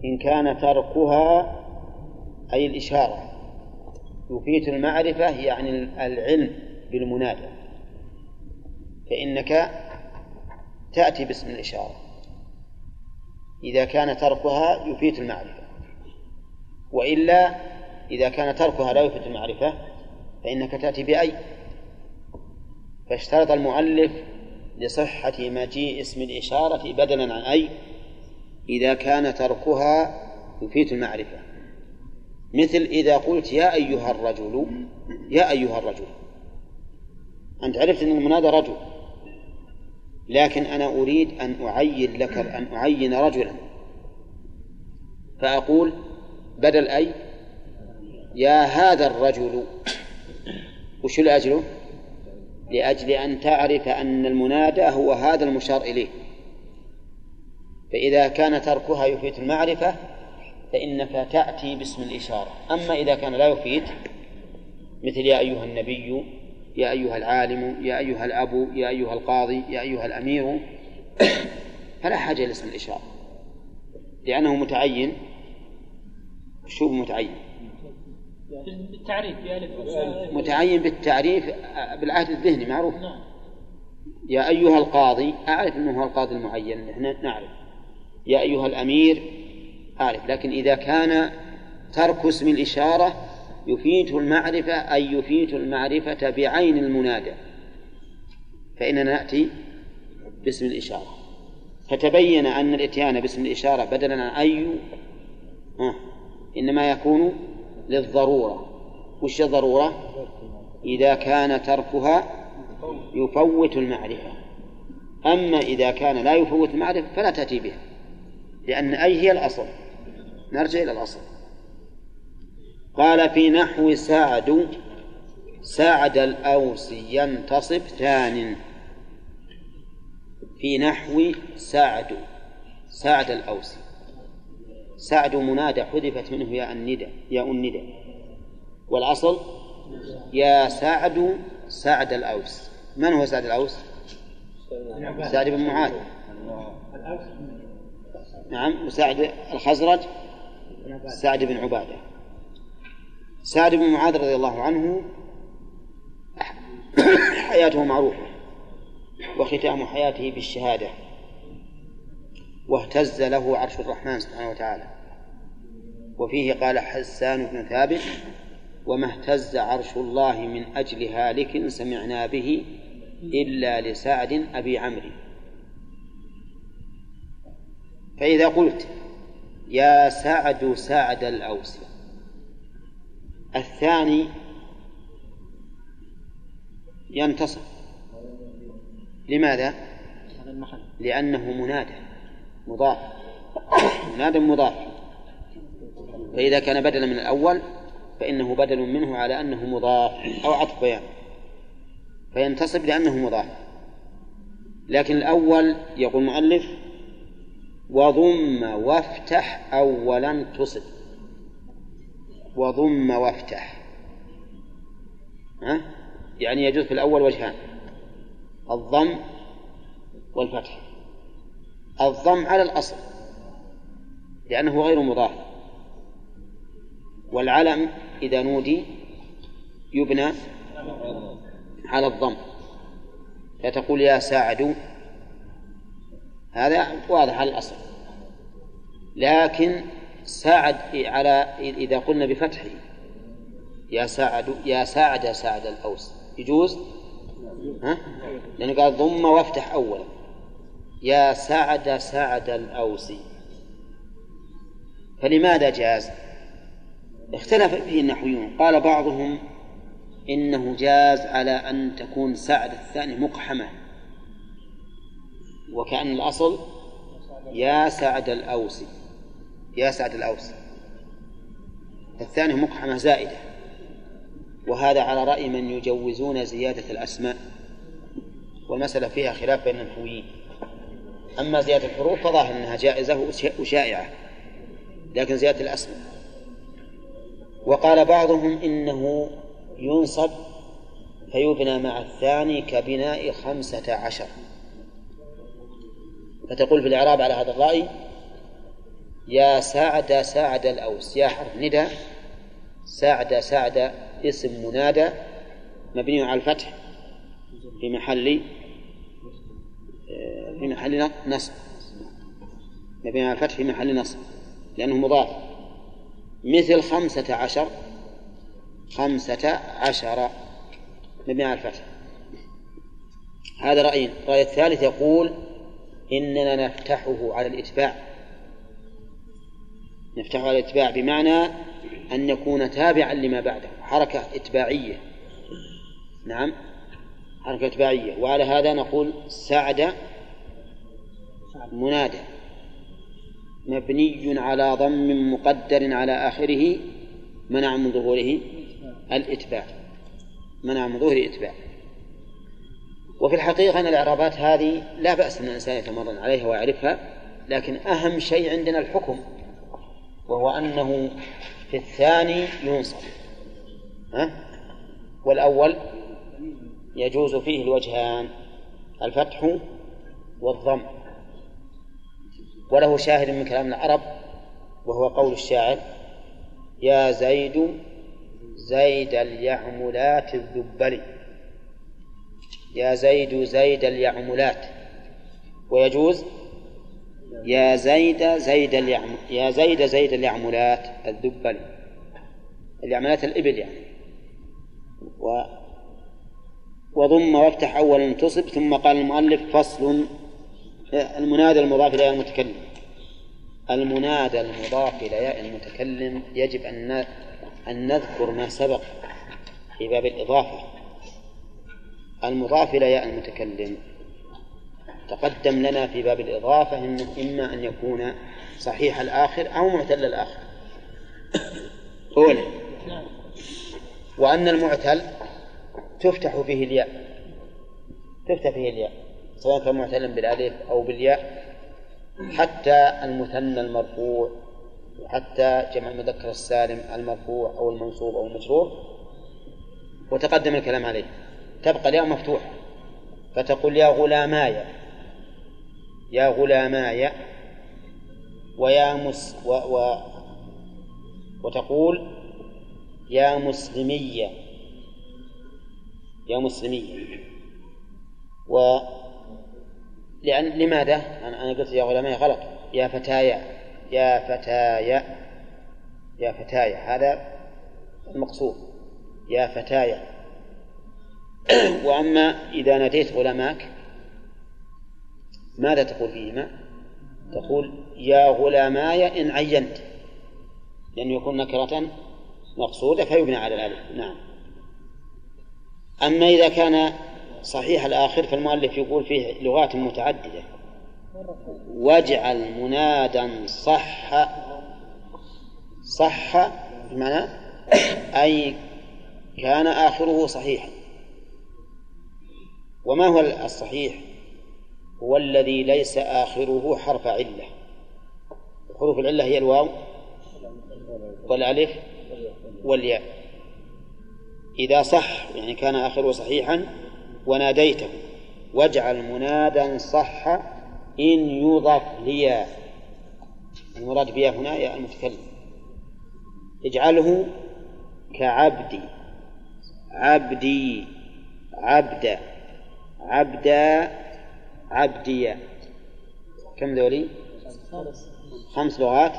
إن كان تركها أي الإشارة يفيد المعرفة يعني العلم بالمنادى، فإنك تأتي باسم الإشارة إذا كان تركها يفيد المعرفة، وإلا إذا كان تركها لا يفيد المعرفة فإنك تأتي بأي. فاشترط المؤلف لصحة مجيء اسم الإشارة بدلا عن أي إذا كان تركها يفيد المعرفة، مثل إذا قلت يا أيها الرجل، يا أيها الرجل، أنت عرفت أن المنادى رجل، لكن أنا أريد أن أعين لك أن أعين رجلا، فأقول بدل أي يا هذا الرجل. وش لأجله؟ لأجل أن تعرف أن المنادى هو هذا المشار إليه. فإذا كان تركها يفيد المعرفة فإنك تأتي باسم الإشارة. أما إذا كان لا يفيد مثل يا أيها النبي، يا أيها العالم، يا أيها الأب، يا أيها القاضي، يا أيها الأمير، فلا حاجة لاسم الإشارة لأنه متعين. شو متعين؟ بالتعريف متعين بالتعريف بالعهد الذهني معروف. يا أيها القاضي أعرف أنه هو القاضي المعين، نحن نعرف. يا أيها الأمير أعرف. لكن إذا كان ترك اسم الإشارة يفيد المعرفة أي يفيد المعرفة بعين المنادى فإننا نأتي باسم الإشارة. فتبين أن الإتيان باسم الإشارة بدلا عن أي إنما يكون للضرورة. وش الضرورة؟ إذا كان تركها يفوت المعرفة. أما إذا كان لا يفوت المعرفة فلا تأتي به، لأن أي هي الأصل. نرجع إلى الأصل. قال في نحو سعد، سعد الأوسي ينتصب ثان. في نحو سعد، سعد الأوسي، سعد منادى حذفت منه ياء الندى، ياء الندى، والأصل يا سعد سعد الأوس. من هو سعد الأوس؟ سعد بن معاذ. نعم. وسعد الخزرج سعد بن عبادة. سعد بن معاذ رضي الله عنه حياته معروفة وختام حياته بالشهادة، واهتز له عرش الرحمن سبحانه وتعالى. وفيه قال حسان بن ثابت: وما اهتز عرش الله من أجل هالك سمعنا به إلا لسعد أبي عمرو. فإذا قلت يا سعد سعد الأوس، الثاني ينتصب. لماذا؟ لأنه منادى مضاف، منادى مضاف، فإذا كان بدلا من الأول فإنه بدل منه على أنه مضاف أو عطف بيان، فينتصب لأنه مضاف. لكن الأول يقول المؤلف وضم وافتح أولا تصب. وضم وافتح يعني يجوز في الأول وجهان: الضم والفتح. الضم على الأصل لأنه غير مضاف، والعلم إذا نودي يبنى على الضم، فتقول يا ساعد، هذا واضح على الأصل. لكن ساعد على إذا قلنا بفتحه يا ساعد يا ساعد ساعد الأوس يجوز، لأنه قال ضم وافتح أولا يا ساعد ساعد الأوس. فلماذا جاز؟ اختلف فيه النحويون. قال بعضهم إنه جاز على أن تكون سعد الثاني مقحمة، وكأن الأصل يا سعد الأوس، يا سعد الأوس، الثاني مقحمة زائدة، وهذا على رأي من يجوزون زيادة الأسماء، والمسألة فيها خلاف بين النحويين. أما زيادة الحروف فظاهر أنها جائزة وشائعة، لكن زيادة الأسماء. وقال بعضهم إنه ينصب فيبنى مع الثاني كبناء 15، فتقول في الإعراب على هذا الرأي يا سعد سعد الأوس، يا حرف ندى، سعد سعد اسم منادى مبني على الفتح في محل نصب، مبني على الفتح في محل نصب لأنه مضاف. مثل 15 مبني على الفتح. هذا رأيين. الرأي الثالث يقول إننا نفتحه على الإتباع، نفتحه على الإتباع بمعنى أن يكون تابعا لما بعده، حركة إتباعية. نعم، حركة إتباعية. وعلى هذا نقول سعد منادى مبني على ضم مقدر على آخره منع من ظهوره الإتباع، منع من ظهور الإتباع. وفي الحقيقة أن الإعرابات هذه لا بأس أن الإنسان يتمرن عليها ويعرفها، لكن أهم شيء عندنا الحكم، وهو أنه في الثاني ينصب، والأول يجوز فيه الوجهان، الفتح والضم. وله شاهد من كلام العرب، وهو قول الشاعر: يا زيد زيد اليعملات الذبل، يا زيد زيد اليعملات. ويجوز يا زيد زيد اليعملات الذبل، اليعملات الإبل يعني. وضم وافتح أولا تصب. ثم قال المؤلف: فصل. المنادى المضاف إلى المتكلم، المنادى المضاف إلى ياء المتكلم يجب أن نذكر ما سبق في باب الإضافة. المضاف إلى ياء المتكلم تقدم لنا في باب الإضافة إنه إما أن يكون صحيح الآخر أو معتل الآخر أولا، وأن المعتل تفتح فيه الياء سواء كان معتلا بالألف أو بالياء، حتى المثنى المرفوع وحتى جمع المذكر السالم المرفوع أو المنصوب أو المجرور، وتقدم الكلام عليه. تبقى الياء مفتوحة، فتقول يا غلاماي، يا غلاماي، وتقول يا مسلمية، يا مسلمية. لماذا؟ أنا قلت يا غلاماي غلط، يا فتايا، يا فتايا، يا فتايا، هذا المقصود، يا فتايا. وأما إذا ناديت غلاماك ماذا تقول فيهما؟ تقول يا غلاماي إن عينت، لأنه يكون نكرة مقصودة فيبنى على الألف. نعم. أما إذا كان صحيح الآخر فالمؤلف يقول فيه لغات متعددة: واجعل منادا صح بمعنى أي كان آخره صحيحا. وما هو الصحيح؟ هو الذي ليس آخره حرف علة. حروف العلة هي الواو والألف والياء. إذا صح يعني كان آخره صحيحا وناديته واجعل منادا صح إن يضف ليا، المراد بها هنا يا المتكلم، اجعله كعبدي، عبدي، عبدا، عبدا، عبديا. كم ذولي؟ 5 لغات.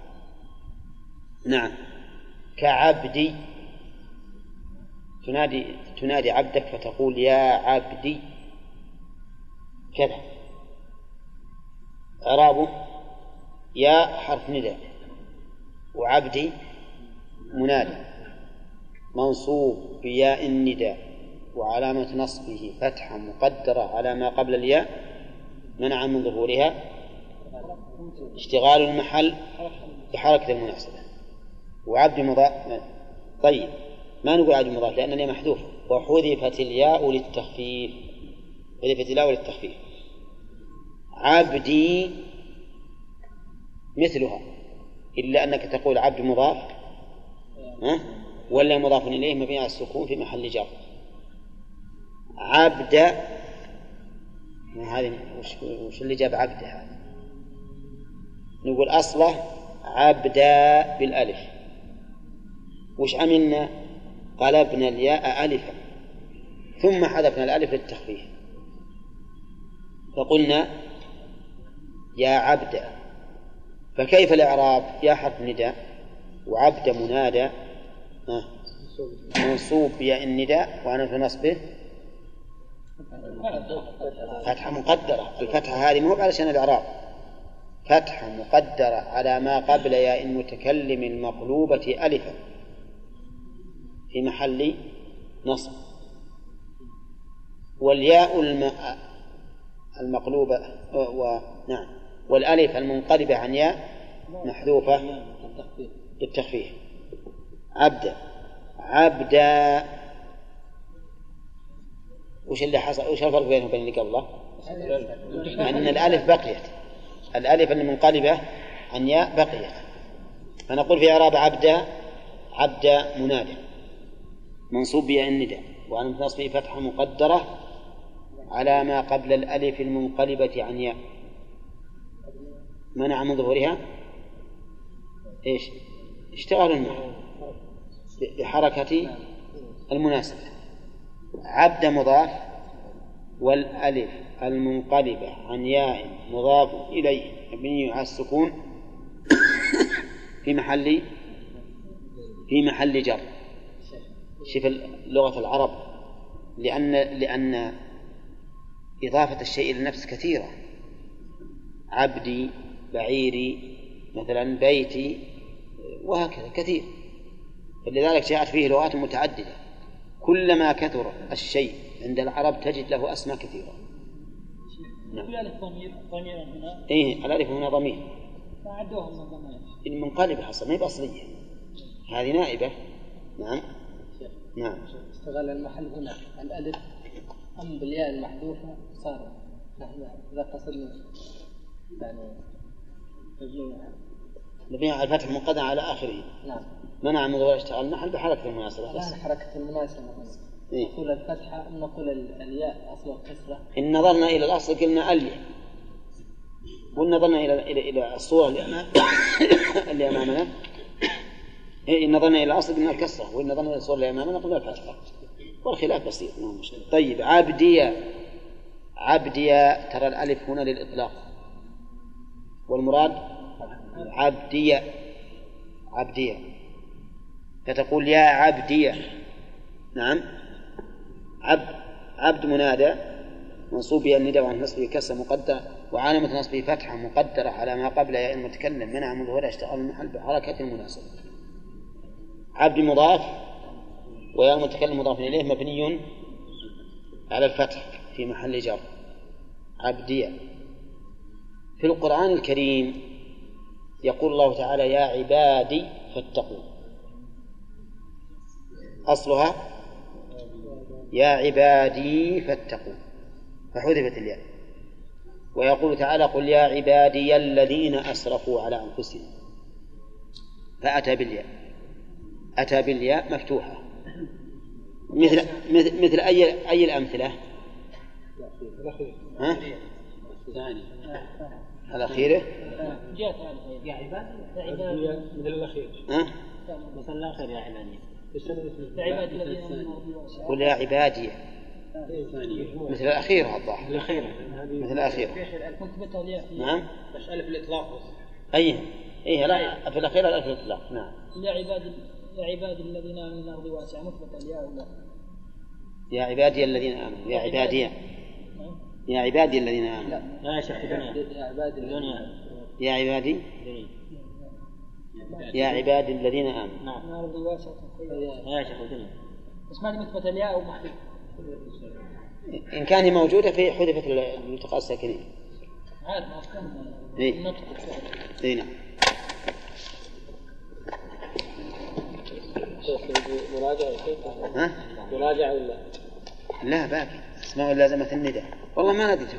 نعم. كعبدي تنادي عبدك فتقول يا عبدي كذا. إعرابه: يا حرف نداء، وعبدي منادى منصوب بياء النداء، وعلامة نصبه فتحة مقدرة على ما قبل الياء منع من ظهورها اشتغال المحل بحركة المناسبة. وعبد مضاف. طيب، ما نقول عبد مضاف لأن الياء محذوف، وحذفت الياء للتخفيف، حذفت الياء للتخفيف. عبدي مثلها، إلا أنك تقول عبد مضاف ولا مضاف إليه مبني على السكون في محل جر. عبد، هذه وش اللي جاب عبد هذا؟ نقول أصله عبدا بالألف. وش عملنا؟ قلبنا الياء ألفا ثم حذفنا الألف للتخفيف، فقلنا يا عبدا. فكيف الإعراب؟ يا حرف نداء وعبد منادى منصوب بياء النداء وأنا في نصبه فتحة مقدرة. الفتحة هذه مو علشان الإعراب، فتحة مقدرة على ما قبل ياء المتكلم المقلوبة ألفا في محل نصب. والياء المقلوبة نعم والألف المنقلبة عن ياء محذوفة للتخفيف. عبدا وش اللي حصل؟ وش الفرق بينه وبين اللي قبله؟ أن الألف بقيت، الألف المنقلبة عن ياء بقيت. فنقول في إعراب عبدا منادى منصوب بياء النداء وعن نصبه فتحة مقدرة على ما قبل الألف المنقلبة عن ياء منع من ظهورها إيش؟ اشتغال المعنى بحركة المناسبة. عبد مضاف والألف المنقلبة عن ياء مضاف إليه مبني على السكون في محل جر. شوف لغة العرب، لأن إضافة الشيء إلى النفس كثيرة، عبدي بعيري مثلا بيتي وهكذا كثير، فلذلك جاءت فيه لغات متعددة. كلما كثر الشيء عند العرب تجد له أسماء كثيرة. نعم. ضمير هنا. إيه الألف هنا ضمير. ما عدوها من ضمير. المنقلبة أصلا ما هي بأصلية، هذه نائبة. نعم. نعم. استغل المحل هنا الألف أم بالياء المحذوفة صار إذا قصدنا يعني نبيع على الفتح المقدر على آخره. نعم. منع من ظهور اشتغال المحل بحركة المناسبة. لا حركة المناسبة. إيه؟ نقول الفتحة أم نقول الياء أصل الكسرة. إن نظرنا إلى الأصل قلنا الياء، وإن نظرنا إلى الصورة اللي أمامنا إن نظرنا إلى الأصل قلنا الكسرة، وإن نظرنا إلى الصورة اللي أمامنا قلنا الفتحة، والخلاف بسيط ما هو مشكلة. طيب عبديا ترى الألف هنا للإطلاق، والمراد عبديا فتقول يا عبديا. نعم. عبد منادى منصوب بياء النداء وعن نصبه كسر مقدر وعلامة نصبه فتحة مقدرة على ما قبل ياء المتكلم منع من ظهورها اشتغال المحل بحركة المناسبة. عبد مضاف وياء المتكلم مضاف إليه مبني على الفتح في محل جر. عبدية. في القرآن الكريم يقول الله تعالى يا عبادي فاتقون، أصلها يا عبادي فاتقون فحذفت الياء. ويقول تعالى قل يا عبادي الذين أسرفوا على أنفسهم فأتى بالياء مفتوحة. مثل أي الأمثلة؟ ها؟ الأخيرة يا عبادي مثل الأخير. مثل الآخر يا عبادي قل يا عبادي مثل الأخيرة الظاهر مثل الأخيرة. نعم. بس ألف الإطلاق. أيه لا في الأخيرة ألف الإطلاق. نعم. يا عبادي الذين آمنوا من الأرض واسعة مثبت الياء ولا يا عبادي الذين آمنوا يا عبادي الذين آمنوا. لا يا شيخ يا عبادي الذين آمنوا. نعم. الأرض واسعة يا شيخ الدنيا. بس ما مثبت الياء ومحذوف. إن كان هي موجودة في حذفت الالتقاء الساكنين. عارف أصلاً. إيه نعم. مراجعة ولا؟ لا باقي اسماء لازمة النداء. والله ما ندري.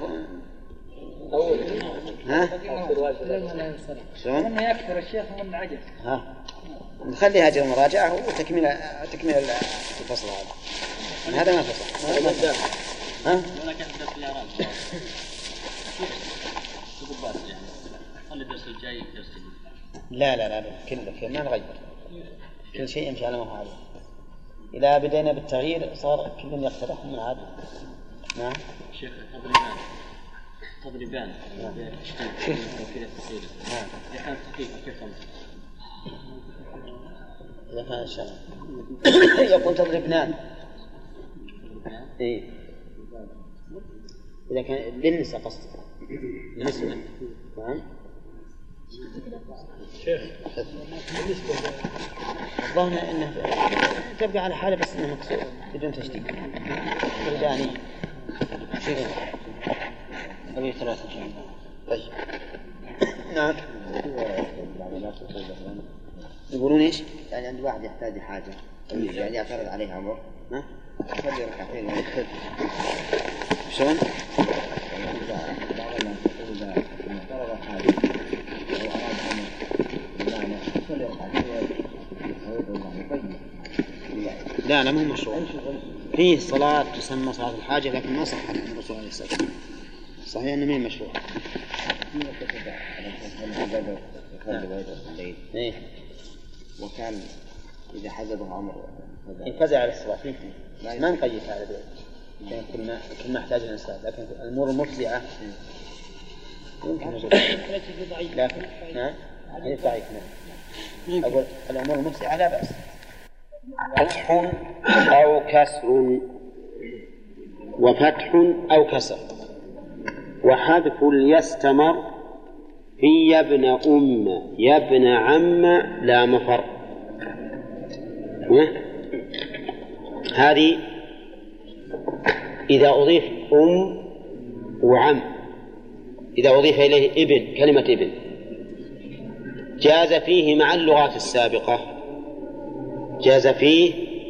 شلون؟ من يكثر الشيخ من عجز. نخلي هذه المراجعة وتكمل الفصل هذا ما فصل. ولا كان درس الإعراب. تقول باس يعني. خلي الدرس الجاي درس. لا كله ما نغير، كل شيء يمشي على ما هو عليه. إذا بدينا بالتغيير صار كل يقترح من عاد. نعم شيخ تضربان كذا تفصيل. نعم إذا كانت خفيفة كيف إذا كان الشرع يقول تضربنان. إيه إذا كان للنساء قصدي نسمع. نعم شيخ الظاهر أنه تبقى على حالة بس أنه مقصود بدون تشديد. برداني شيء أبي 3 إن شاء الله. طيب نعم يقولون إيش؟ يعني عند واحد يحتاج حاجة يعني يعترض عليه أمر يصلي ركعتين ويدخل شلون؟ إذا اعترض حاجة أو أراد أمر بمعنى يصلي ركعتين ويدخل. لا مو مشروع. فيه صلاة تسمى صلاة الحاجة لكن ما صح عن الرسول عليه الصلاة والسلام. صحيح أنه مين مشروع. إيه وكان إذا حجبه أمر فزع على الصلاة فيه ما نقيد على ذلك كل ما احتاج الإنسان، لكن الأمور المفزعة يمكن لكن نعم حديث ضعيف. نعم أقول الأمور المفزعة لا بأس. فتح أو كسر وفتح أو كسر وحذف يستمر في يبن يبن عم لا مفر. هذه إذا أضيف وعم، إذا أضيف إليه ابن كلمة ابن جاز فيه مع اللغات السابقة، جاز فيه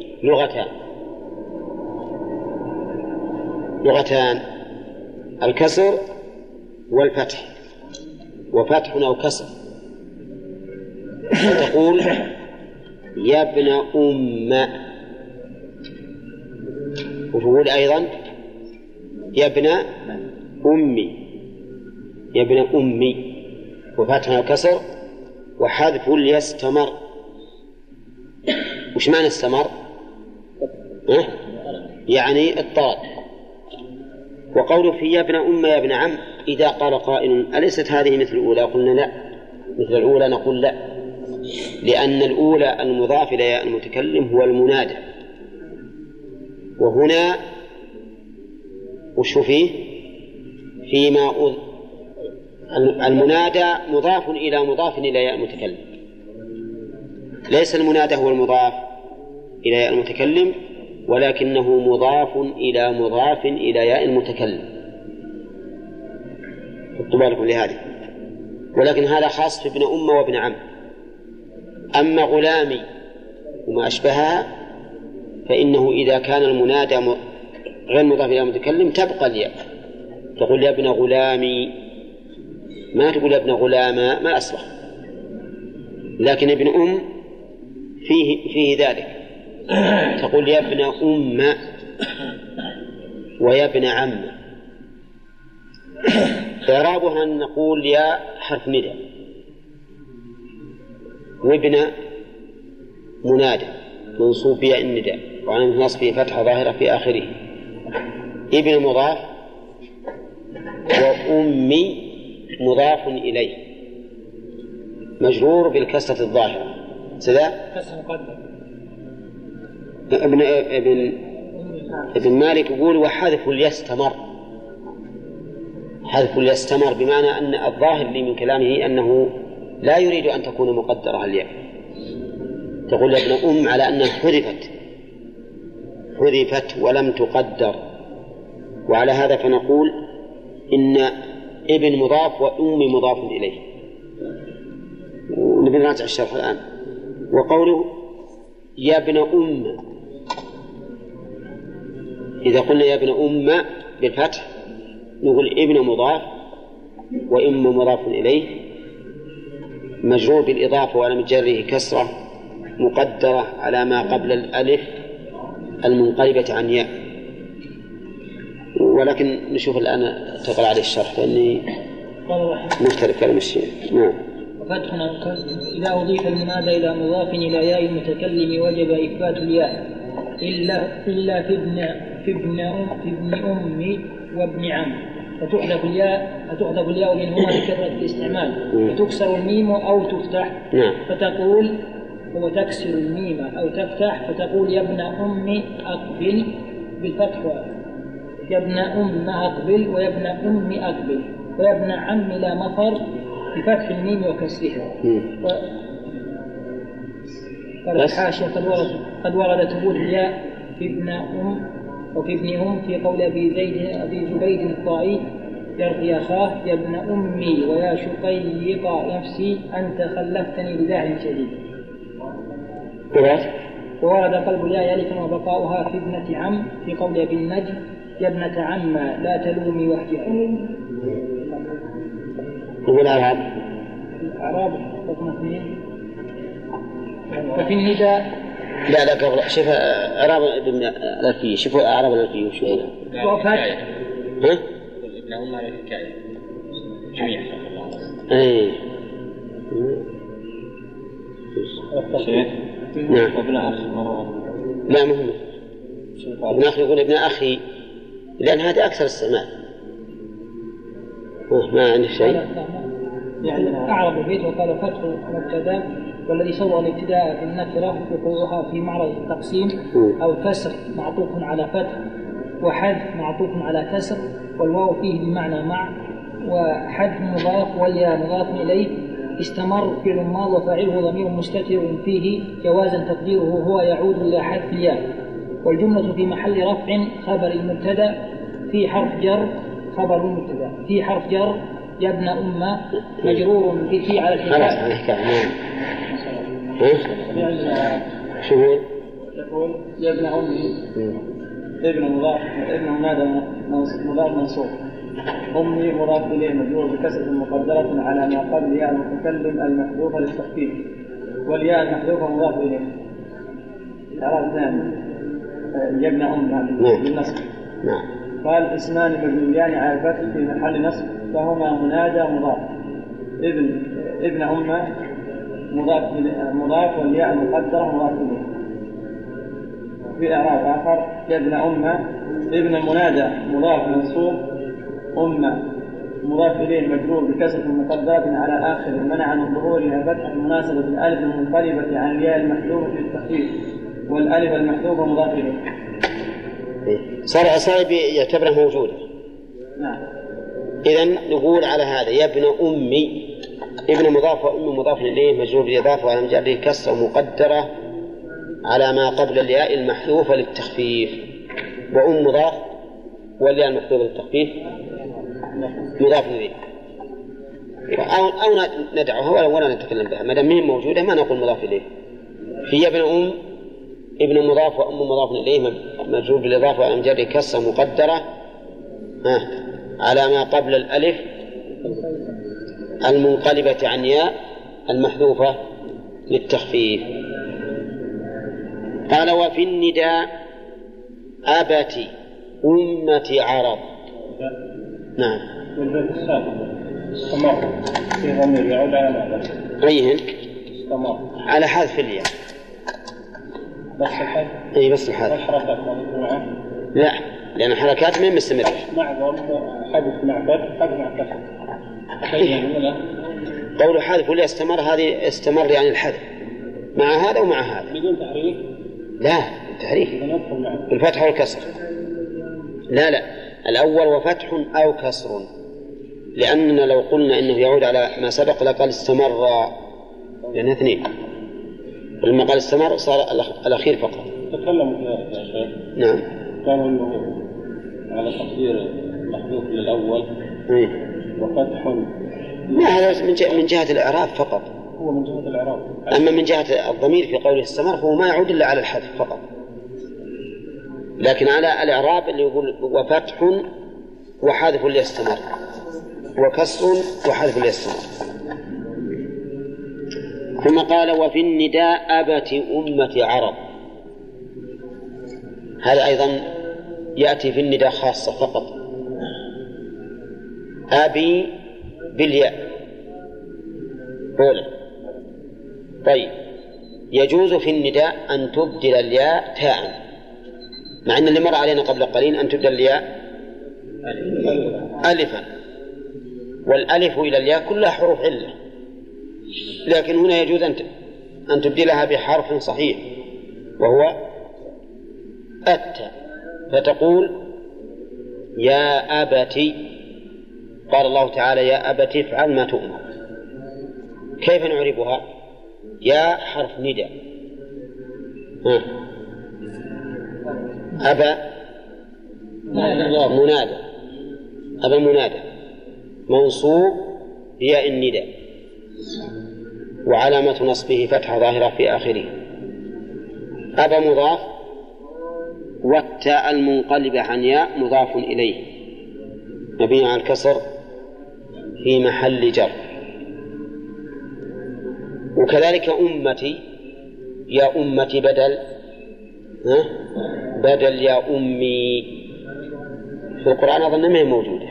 لغتان الكسر والفتح، وفتح أو كسر. تقول يا ابن وتقول أيضا يا ابن أمي وفتح أو كسر وحذف يستمر. وش معنى استمر؟ يعني اضطرد. وقوله في يا ابن يا ابن عم إذا قال قائل أليست هذه مثل الأولى؟ قلنا لا، مثل الأولى نقول لا، لأن الأولى المضاف إلى ياء المتكلم هو المنادى، وهنا وش فيه؟ فيما المنادى مضاف إلى ياء المتكلم، ليس المنادى هو المضاف إلى ياء المتكلم ولكنه مضاف إلى ياء المتكلم. خذوا بالكم لهذه. ولكن هذا خاص في ابن وابن عم. أما غلامي وما أشبهها فإنه إذا كان المنادى غير مضاف إلى المتكلم تبقى الياء، تقول يا ابن غلامي، ما تقول يا ابن غلاما، ما أصلح. لكن ابن فيه ذلك، تقول يا ابن ويا ابن عم. إعرابها أن نقول يا حرف ندى وابن منادى منصوب بياء النداء وعن نصبه فتحة ظاهرة في آخره، ابن مضاف وأمي مضاف إليه مجرور بالكسرة الظاهرة سذا ابن مالك يقول وحذف يستمر. حذف يستمر بمعنى أن الظاهر لي من كلامه أنه لا يريد أن تكون مقدرة الياء، تقول يا ابن على أنها حذفت ولم تقدر. وعلى هذا فنقول إن ابن مضاف وأم مضاف إليه. ونبي نراجع الشرح الآن. وقوله يا ابن إذا قلنا يا ابن بالفتح نقول ابن مضاف وإم مضاف إليه مجرور بالإضافة وعلى جره كسرة مقدرة على ما قبل الألف المنقلبة عن ياء. ولكن نشوف الآن تقرأ عليه الشرح لأني مختلف كلام الشيء. نعم. وفتح إذا أضيف المنادى إلى مضاف إلى ياء المتكلم وجب إثبات الياء إلا في ابن أم وابن عم، فتحذف الياء منهما بكثرة الاستعمال، فتكسر الميم أو تفتح فتقول وتكسر الميم أو تفتح فتقول يا ابن أم أقبل بالفتح، يا ابن أم أقبل ويا ابن أم أقبل، ويا ابن عم لا مفر بفتح الميم وكسرها. قال الحاشية قد ورد ثبوت الياء في ابن أم وفي ابن أم في قول أبي زبيد الطائي يرضي أخاه يا ابن أمي ويا شقيق نفسي أنت خلفتني بداع شديد. وورد قلب الياء ألفا وبقاؤها في ابنة عم في قول أبي النجم يا ابنة عم لا تلومي واحجعي. والأعراب رقم 2. وفي النداء لا قبل شوف أعراب ابن الألفية، شوفوا أعراب الألفية وشو وفتح ابن أم على الحكاية جميع أي نعم. وابن أخ لا مهم ابن أخي يقول ابن أخي لأن هذا أكثر استعمال. ما عنده شيء يعني أعرب البيت وقال فتح مبتدا والذي صور الابتداء في النكرة وقوعها في معرض التقسيم أو كسر معطوف على فتح وحذف معطوف على كسر والواو فيه بمعنى مع وحذف مضاف والياء مضاف إليه استمر فعل ماض وفاعله ضمير مستتر فيه جوازا تقديره هو يعود إلى حذف الياء. والجملة في محل رفع خبر المبتدا في حرف جر خبر المبتدا في حرف جر يا ابن أم مجرور به على الحكاية. شو يقول يا ابن أمي ابن مضاف ابن منادى مضاف منصوب أمي مضاف إليه مجرور بكسرة مقدرة على ما قبل ياء المتكلم المحذوفة للتخفيف والياء المحذوفة مضاف إليه. الإعراب الثاني يا ابن أم بالنصب. قال اسمان مبنيان على الفتح في محل نصب فهما منادى مضاف ابن أم مضاف والياء المقدرة مضاف إليه. في إعراب آخر يا ابن أم ابن المنادى مضاف منصوب أم مضاف إليه مجرور بكسرة مقدرة على آخر منع من ظهورها فتح المناسبة الألف المنقلبة عن الياء المحذوفة في التخفيف والألف المحذوفة مضاف إليه. صار يعتبره موجودا. نعم. إذن نقول على هذا يا ابن أمي ابن مضاف وأم مضاف إليه مجرور بالإضافة وعلى مجره كسرة مقدرة على ما قبل الياء المحذوفة للتخفيف وأم مضاف والياء المحذوفة للتخفيف مضاف إليه أو ندعوها ولا نتكلم بها ما دام هي موجودة ما نقول مضاف إليه. في ابن أم ابن مضاف وأم مضاف إليه مجرور بالإضافة وعلى مجره كسرة مقدرة على ما قبل الألف المنقلبة عن ياء المحذوفة للتخفيف. قال وفي النداء أبت أمة عرب. نعم. والبيت السابق استمر في ضمير يعود على ماذا؟ أيهن؟ استمر على حذف الياء بس الحذف. أي بس الحذف. الحركات معه؟ لا لأن الحركات ما مستمرة. مع حذف مع فتح حذف مع كسر. قول حذف ولا استمر هذه استمر يعني الحذف مع هذا ومع هذا بدون تحريك. لا التحريك بالفتح والكسر. لا الأول وفتح أو كسر لأننا لو قلنا إنه يعود على ما سبق لقال استمر يعني اثنين ولما قال استمر صار الأخير فقط. تكلموا يا شيخ. نعم. كانوا إنه على تقدير محذوف للأول وفتح. لا هذا من جهة الإعراب فقط. هو من جهة الإعراب. أما من جهة الضمير في قوله استمر فهو ما يعود إلا على الحذف فقط. لكن على الإعراب اللي يقول وفتح وحذف ليستمر وكسر وحذف ليستمر. ثم قال وفي النداء أبت أمة عرب. هذا أيضا يأتي في النداء خاصة فقط. أبي بالياء أولى. طيب، يجوز في النداء أن تبدل الياء تاء، مع أن اللي مر علينا قبل قليل أن تبدل الياء ألفا، والألف إلى الياء كلها حروف علة، لكن هنا يجوز أن تبدلها بحرف صحيح وهو التاء، فتقول يا أبتي. قال الله تعالى يا أبتي افعل ما تؤمر. كيف نعربها؟ يا حرف نداء، أبا منادى، أبا منادى منصوب بياء النداء، وعلامة نصبه فتحة ظاهرة في آخره. أبا مضاف، والتاء المنقلبة عن ياء مضاف إليه مبني على الكسر في محل جر. وكذلك أمتي، يا أمتي بدل يا أمي، في القرآن أظن ما هي موجودة،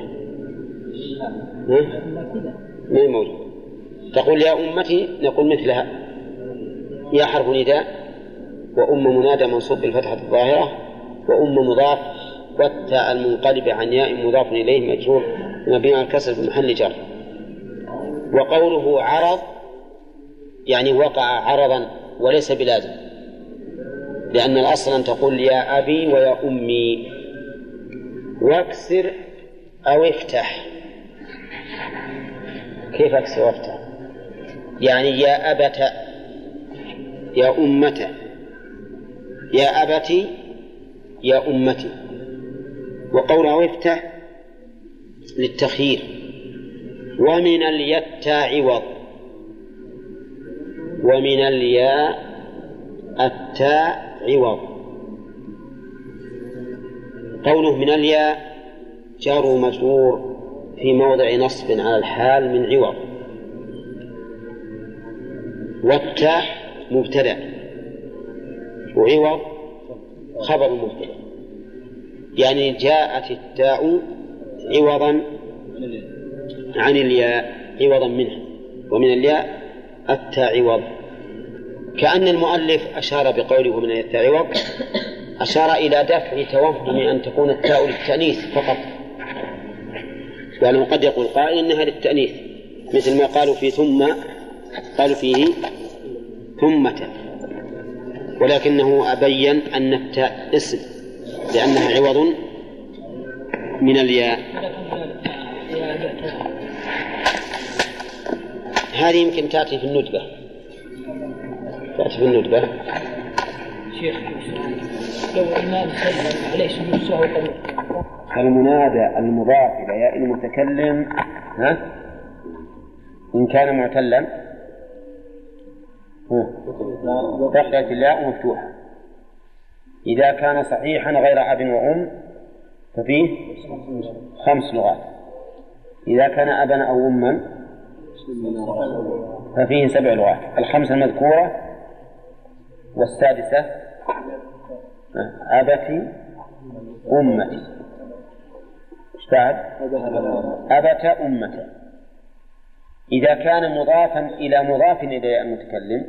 ما هي موجودة. تقول يا أمتي نقول مثلها يا حرف نداء، وأم منادى منصوب بالفتحة الظاهرة، وأم مضاف، والتاء المنقلب عن ياء مضاف إليه مجرور مبني على الكسر في محل جر. وقوله عرض يعني وقع عرضا وليس بلازم، لأن الأصل أن تقول يا أبي ويا أمي. واكسر أو افتح. كيف أكسر وافتح؟ يعني يا أبت، يا أمته، يا أبتي، يا أمتي. وقوله افتح للتخيير. ومن الياء عوض، ومن الياء التاء عوض. قوله من الياء جار ومجرور في موضع نصب على الحال من عوض، والتاء مبتدأ وعوض خبر مبتدأ، يعني جاءت التاء عوضا عن الياء، عوضا منها، ومن الياء التاء عوض. كأن المؤلف أشار بقوله ومن التاء عوض أشار إلى دفع توهم أن تكون التاء للتأنيث فقط، لأنه قد يقول قائل إنها للتأنيث، مثل ما قالوا في ثم، قالوا فيه ثمة، ولكنه أبين أن التاء اسم لأنها عوض من الياء. هذه يمكن تأتي في الندبة، تأتي في الندبة. شيخ لو الإمام سلم عليه سجود السهو قبل المنادى المضاف إلى ياء المتكلم إن كان معتلا تخرج الياء مفتوحة. إذا كان صحيحا غير أب وأم ففيه 5 لغات. إذا كان أبا أو أما ففيه 7 لغات، 5 المذكورة والسادسة أبتي أمتي. اشتعب أبت أمتي. إذا كان مضافا إلى مضاف إلى المتكلم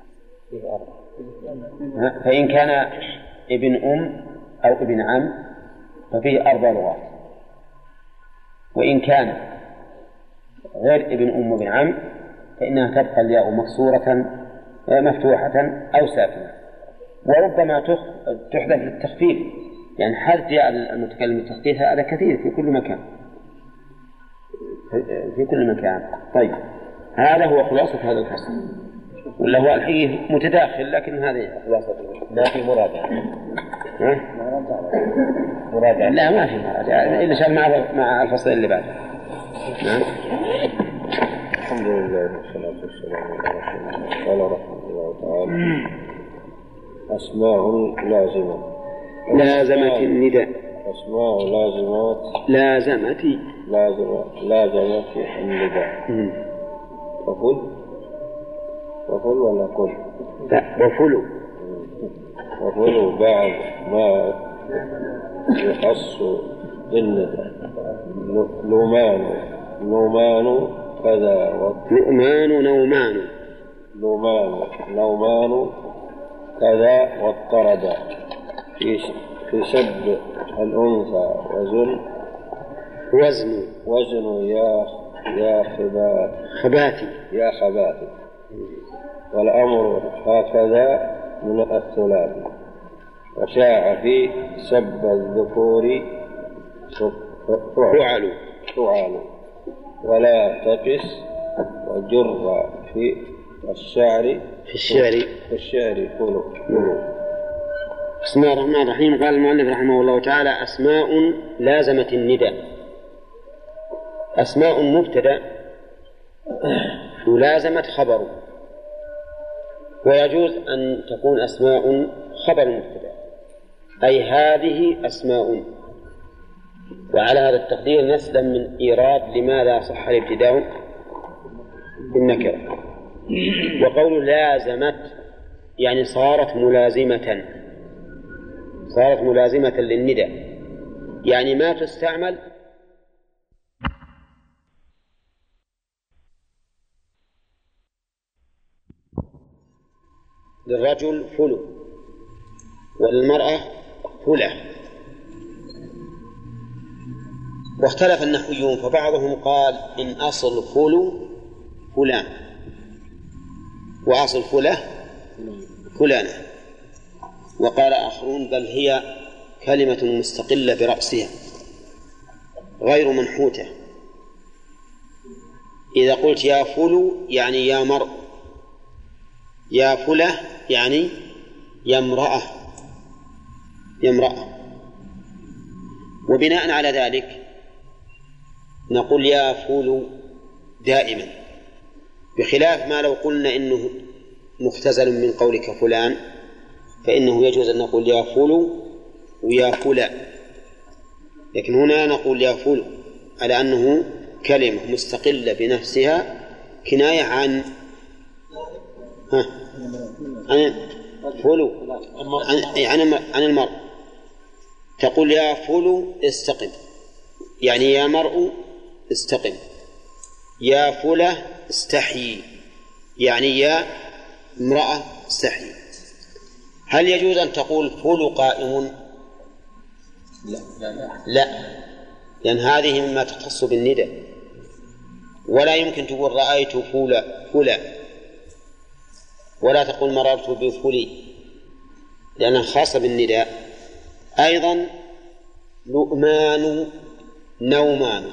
فإن كان ابن أم أو ابن عم ففيه 4 لغات. وإن كان غير ابن أم وابن عم فإنها تبقى الياء مكسورة مفتوحة أو ساكنة. وربما تحدث للتخفيف، يعني حال جاء المتكلم التخفيف هذا كثير في كل مكان، في كل مكان. طيب هذا هو خلاصة هذا الفصل، ولا هو الحقيقة متداخل، لكن هذه خلاصة. ما في مراجعة. مراجعة؟ لا ما في مراجعة إلا شان مع الفصل اللي بعده. نعم. الحمد لله والصلاة والسلام على رسول الله. قال رحمه الله تعالى: أسماء لازمة. لازمت النداء. أسماء لازمات. لازمت النداء. وفل ولا كل؟ لا وفل بعد ما يخص بالنداء. نومان كذا نومان كذا واضطردا في سب الأنثى وزن يا خباتي والأمر هكذا من الثلاث. وشاع في سب الذكور فعل ولا تقس وجر في الشعر كله. بسم الله الرحمن الرحيم. قال المؤلف رحمه الله تعالى: أسماء لازمت النداء. أسماء مبتدأ ولازمت خبر، ويجوز أن تكون أسماء خبر مبتدأ، أي هذه أسماء. وعلى هذا التقدير نسلم من إيراد لماذا صح الابتداء بالنكرة. وقول لازمت يعني صارت ملازمة للنداء، يعني ما تستعمل للرجل فلو وللمرأة فلة. واختلف النحويون، فبعضهم قال إن أصل فلو فلان وأصل فلة فلانة، وقال آخرون بل هي كلمة مستقلة برأسها غير منحوتة. إذا قلت يا فلو يعني يا مرء، يا فلة يعني يا امرأة. وبناء على ذلك نقول يا فلو دائما، بخلاف ما لو قلنا إنه مختزل من قولك فلان، فإنه يجوز أن نقول يا فلو ويا فلا. لكن هنا نقول يا فلو على أنه كلمة مستقلة بنفسها كناية عن فلو عن المرء. تقول يا فلو استقم، يعني يا مرء استقم. يا فلة استحيي، يعني يا امرأة استحيي. هل يجوز أن تقول فلو قائم؟ لا، لأن هذه مما تختص بالنداء، ولا يمكن تقول رأيت فلا، ولا تقول مررت بفلي لأنها خاصة بالنداء. أيضا لؤمان نومان،